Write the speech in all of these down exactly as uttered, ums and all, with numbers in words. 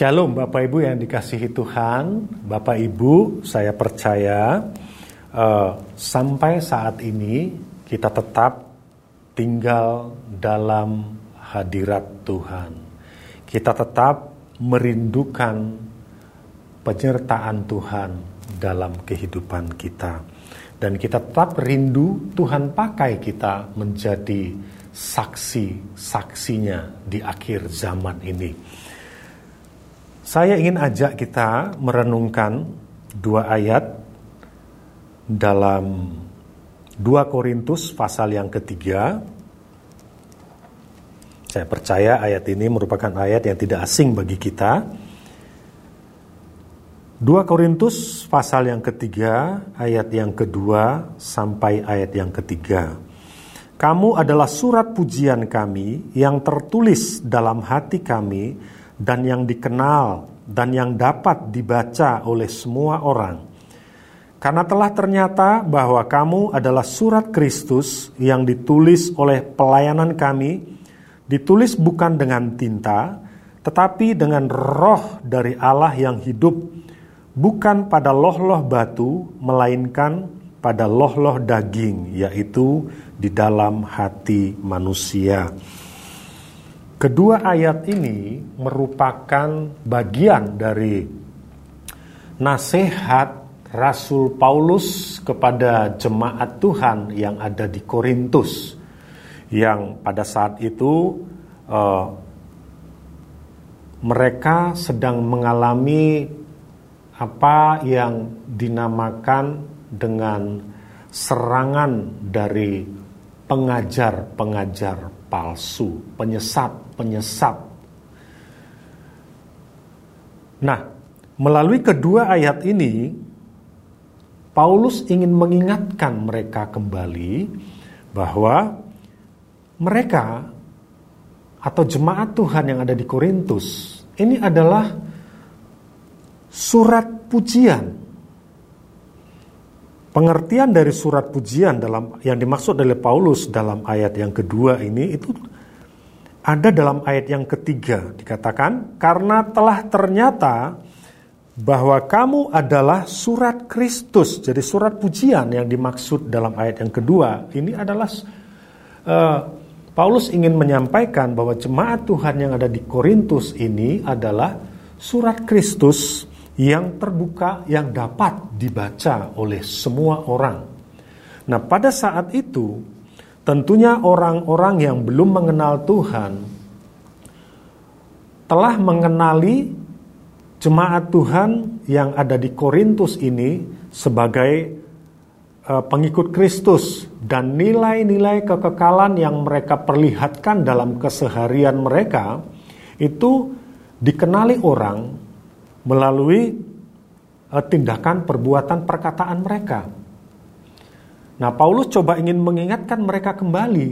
Shalom Bapak Ibu yang dikasihi Tuhan. Bapak Ibu, saya percaya uh, sampai saat ini kita tetap tinggal dalam hadirat Tuhan. Kita tetap merindukan penyertaan Tuhan dalam kehidupan kita. Dan kita tetap rindu Tuhan pakai kita menjadi saksi-saksinya di akhir zaman ini. Saya ingin ajak kita merenungkan dua ayat dalam dua Korintus pasal yang ketiga. Saya percaya ayat ini merupakan ayat yang tidak asing bagi kita. dua Korintus pasal yang ketiga, ayat yang kedua sampai ayat yang ketiga. Kamu adalah surat pujian kami yang tertulis dalam hati kami dan yang dikenal dan yang dapat dibaca oleh semua orang. Karena telah ternyata bahwa kamu adalah surat Kristus yang ditulis oleh pelayanan kami, ditulis bukan dengan tinta, tetapi dengan roh dari Allah yang hidup, bukan pada loh-loh batu, melainkan pada loh-loh daging, yaitu di dalam hati manusia. Kedua ayat ini merupakan bagian dari nasihat Rasul Paulus kepada jemaat Tuhan yang ada di Korintus, yang pada saat itu uh, mereka sedang mengalami apa yang dinamakan dengan serangan dari pengajar-pengajar palsu, penyesat-penyesat. Nah, melalui kedua ayat ini, Paulus ingin mengingatkan mereka kembali bahwa mereka atau jemaat Tuhan yang ada di Korintus ini adalah surat pujian. Pengertian dari surat pujian dalam yang dimaksud oleh Paulus dalam ayat yang kedua ini itu ada dalam ayat yang ketiga, dikatakan karena telah ternyata bahwa kamu adalah surat Kristus. Jadi surat pujian yang dimaksud dalam ayat yang kedua ini adalah uh, Paulus ingin menyampaikan bahwa jemaat Tuhan yang ada di Korintus ini adalah surat Kristus yang terbuka, yang dapat dibaca oleh semua orang. Nah, pada saat itu, tentunya orang-orang yang belum mengenal Tuhan telah mengenali jemaat Tuhan yang ada di Korintus ini sebagai uh, pengikut Kristus, dan nilai-nilai kekekalan yang mereka perlihatkan dalam keseharian mereka itu dikenali orang melalui uh, tindakan, perbuatan, perkataan mereka. Nah, Paulus coba ingin mengingatkan mereka kembali.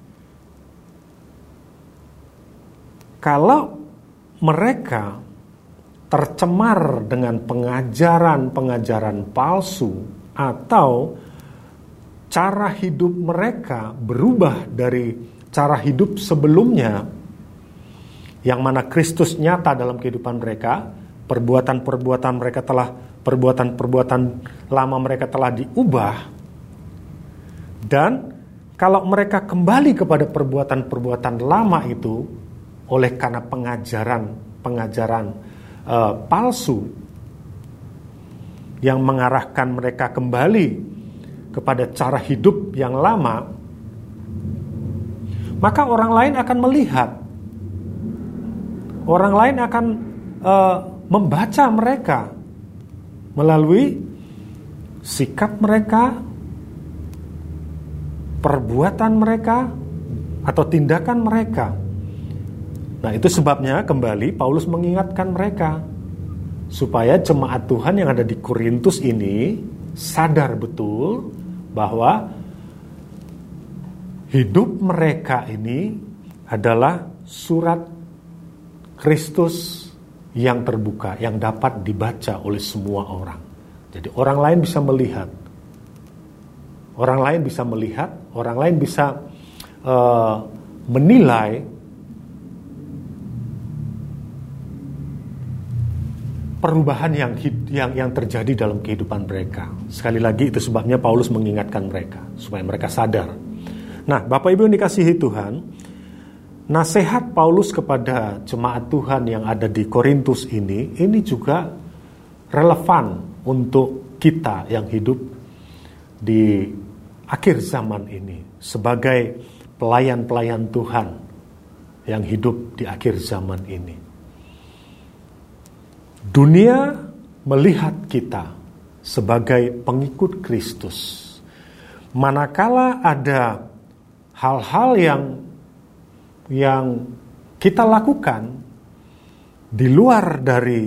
Kalau mereka tercemar dengan pengajaran-pengajaran palsu atau cara hidup mereka berubah dari cara hidup sebelumnya, yang mana Kristus nyata dalam kehidupan mereka, perbuatan-perbuatan mereka telah perbuatan-perbuatan lama mereka telah diubah, dan kalau mereka kembali kepada perbuatan-perbuatan lama itu oleh karena pengajaran-pengajaran uh, palsu yang mengarahkan mereka kembali kepada cara hidup yang lama, maka orang lain akan melihat, orang lain akan uh, membaca mereka melalui sikap mereka, perbuatan mereka, atau tindakan mereka. Nah, itu sebabnya kembali Paulus mengingatkan mereka supaya jemaat Tuhan yang ada di Korintus ini sadar betul bahwa hidup mereka ini adalah surat Kristus yang terbuka, yang dapat dibaca oleh semua orang. Jadi orang lain bisa melihat, orang lain bisa melihat, orang lain bisa uh, menilai perubahan yang yang yang terjadi dalam kehidupan mereka. Sekali lagi itu sebabnya Paulus mengingatkan mereka supaya mereka sadar. Nah, Bapak Ibu yang dikasihi Tuhan, nasihat Paulus kepada jemaat Tuhan yang ada di Korintus ini, ini juga relevan untuk kita yang hidup di akhir zaman ini sebagai pelayan-pelayan Tuhan yang hidup di akhir zaman ini. Dunia melihat kita sebagai pengikut Kristus. Manakala ada hal-hal yang yang kita lakukan di luar dari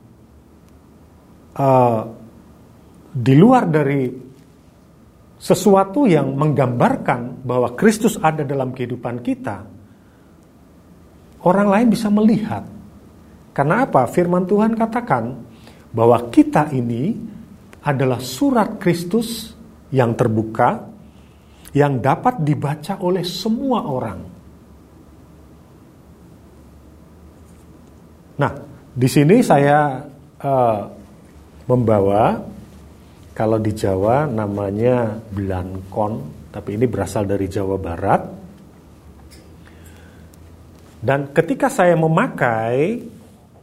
uh, di luar dari sesuatu yang menggambarkan bahwa Kristus ada dalam kehidupan kita, orang lain bisa melihat. Karena apa? Firman Tuhan katakan bahwa kita ini adalah surat Kristus yang terbuka, yang dapat dibaca oleh semua orang. Nah, di sini saya uh, membawa, kalau di Jawa namanya Blankon, tapi ini berasal dari Jawa Barat. Dan ketika saya memakai,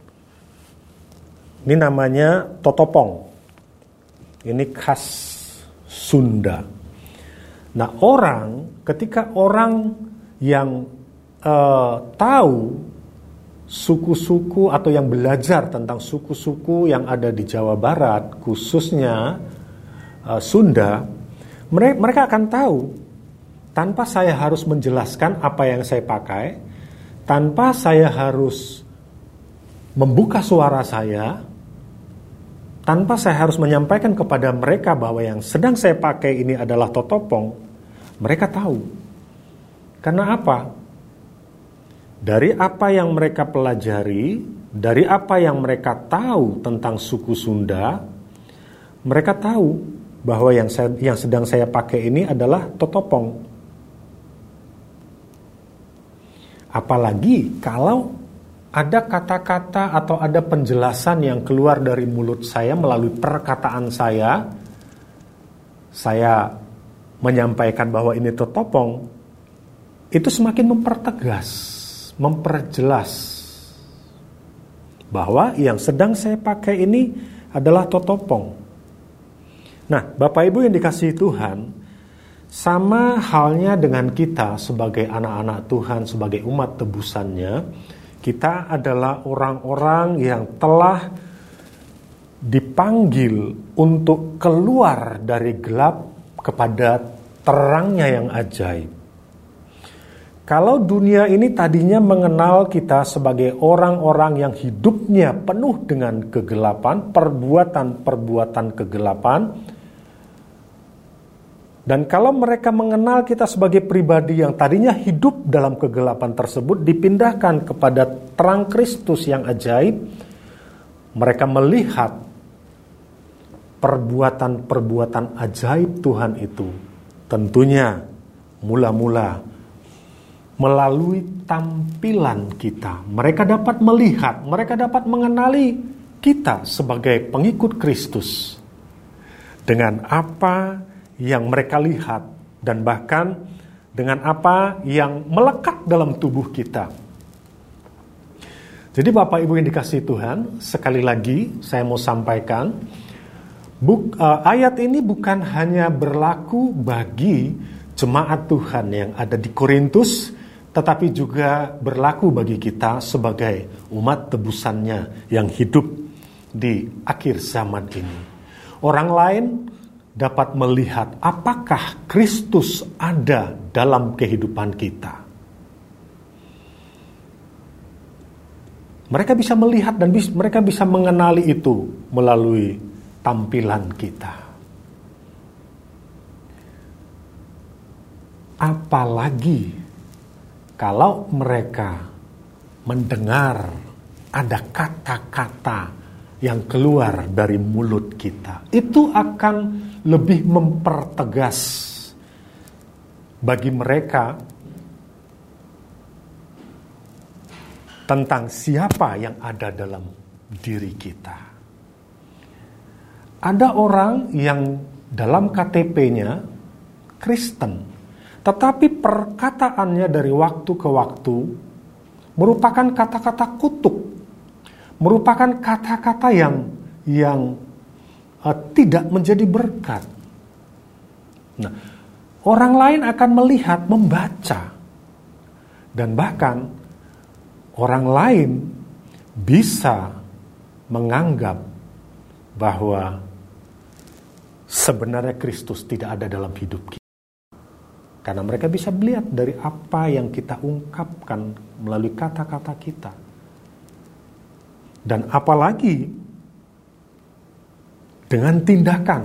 ini namanya totopong. Ini khas Sunda. Nah, orang, ketika orang yang uh, tahu suku-suku atau yang belajar tentang suku-suku yang ada di Jawa Barat, khususnya uh, Sunda, mereka, mereka akan tahu tanpa saya harus menjelaskan apa yang saya pakai, tanpa saya harus membuka suara saya, tanpa saya harus menyampaikan kepada mereka bahwa yang sedang saya pakai ini adalah totopong, mereka tahu. Karena apa? Dari apa yang mereka pelajari, dari apa yang mereka tahu tentang suku Sunda, mereka tahu bahwa yang saya, yang sedang saya pakai ini adalah totopong. Apalagi kalau ada kata-kata atau ada penjelasan yang keluar dari mulut saya melalui perkataan saya, saya menyampaikan bahwa ini totopong, itu semakin mempertegas, memperjelas bahwa yang sedang saya pakai ini adalah totopong. Nah, Bapak Ibu yang dikasihi Tuhan, sama halnya dengan kita sebagai anak-anak Tuhan, sebagai umat tebusannya, kita adalah orang-orang yang telah dipanggil untuk keluar dari gelap kepada terangnya yang ajaib. Kalau dunia ini tadinya mengenal kita sebagai orang-orang yang hidupnya penuh dengan kegelapan, perbuatan-perbuatan kegelapan, dan kalau mereka mengenal kita sebagai pribadi yang tadinya hidup dalam kegelapan tersebut, dipindahkan kepada terang Kristus yang ajaib, mereka melihat perbuatan-perbuatan ajaib Tuhan itu. Tentunya mula-mula melalui tampilan kita. Mereka dapat melihat, mereka dapat mengenali kita sebagai pengikut Kristus. Dengan apa yang mereka lihat, dan bahkan dengan apa yang melekat dalam tubuh kita. Jadi Bapak Ibu yang dikasihi Tuhan, sekali lagi saya mau sampaikan, buk, uh, ayat ini bukan hanya berlaku bagi jemaat Tuhan yang ada di Korintus, tetapi juga berlaku bagi kita sebagai umat tebusannya yang hidup di akhir zaman ini. Orang lain dapat melihat apakah Kristus ada dalam kehidupan kita. Mereka bisa melihat dan bis, mereka bisa mengenali itu melalui tampilan kita. Apalagi kalau mereka mendengar ada kata-kata yang keluar dari mulut kita, itu akan lebih mempertegas bagi mereka tentang siapa yang ada dalam diri kita. ada orang yang dalam K T P-nya Kristen, tetapi perkataannya dari waktu ke waktu merupakan kata-kata kutuk, merupakan kata-kata yang yang uh, tidak menjadi berkat. Nah, orang lain akan melihat, membaca, dan bahkan orang lain bisa menganggap bahwa sebenarnya Kristus tidak ada dalam hidup kita. Karena mereka bisa melihat dari apa yang kita ungkapkan melalui kata-kata kita. Dan apalagi dengan tindakan.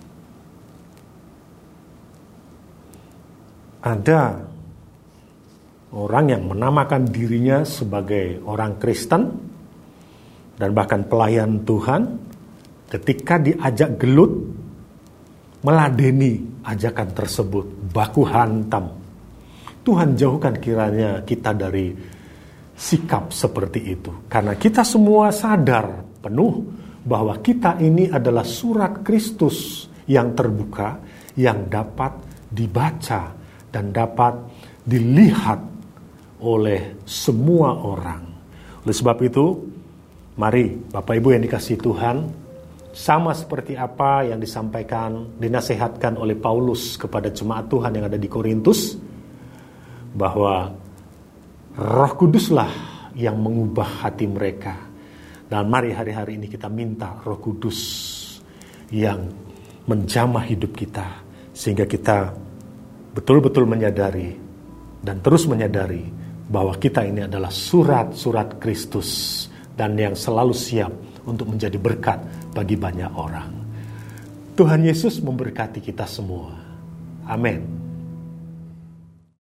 Ada orang yang menamakan dirinya sebagai orang Kristen dan bahkan pelayan Tuhan, ketika diajak gelut, meladeni ajakan tersebut, baku hantam. Tuhan jauhkan kiranya kita dari sikap seperti itu. Karena kita semua sadar penuh bahwa kita ini adalah surat Kristus yang terbuka, yang dapat dibaca dan dapat dilihat oleh semua orang. Oleh sebab itu, mari Bapak Ibu yang dikasihi Tuhan, sama seperti apa yang disampaikan, dinasihatkan oleh Paulus kepada jemaat Tuhan yang ada di Korintus, bahwa Roh Kuduslah yang mengubah hati mereka. Dan mari hari-hari ini kita minta Roh Kudus yang menjamah hidup kita, sehingga kita betul-betul menyadari dan terus menyadari bahwa kita ini adalah surat-surat Kristus dan yang selalu siap untuk menjadi berkat bagi banyak orang. Tuhan Yesus memberkati kita semua. Amin.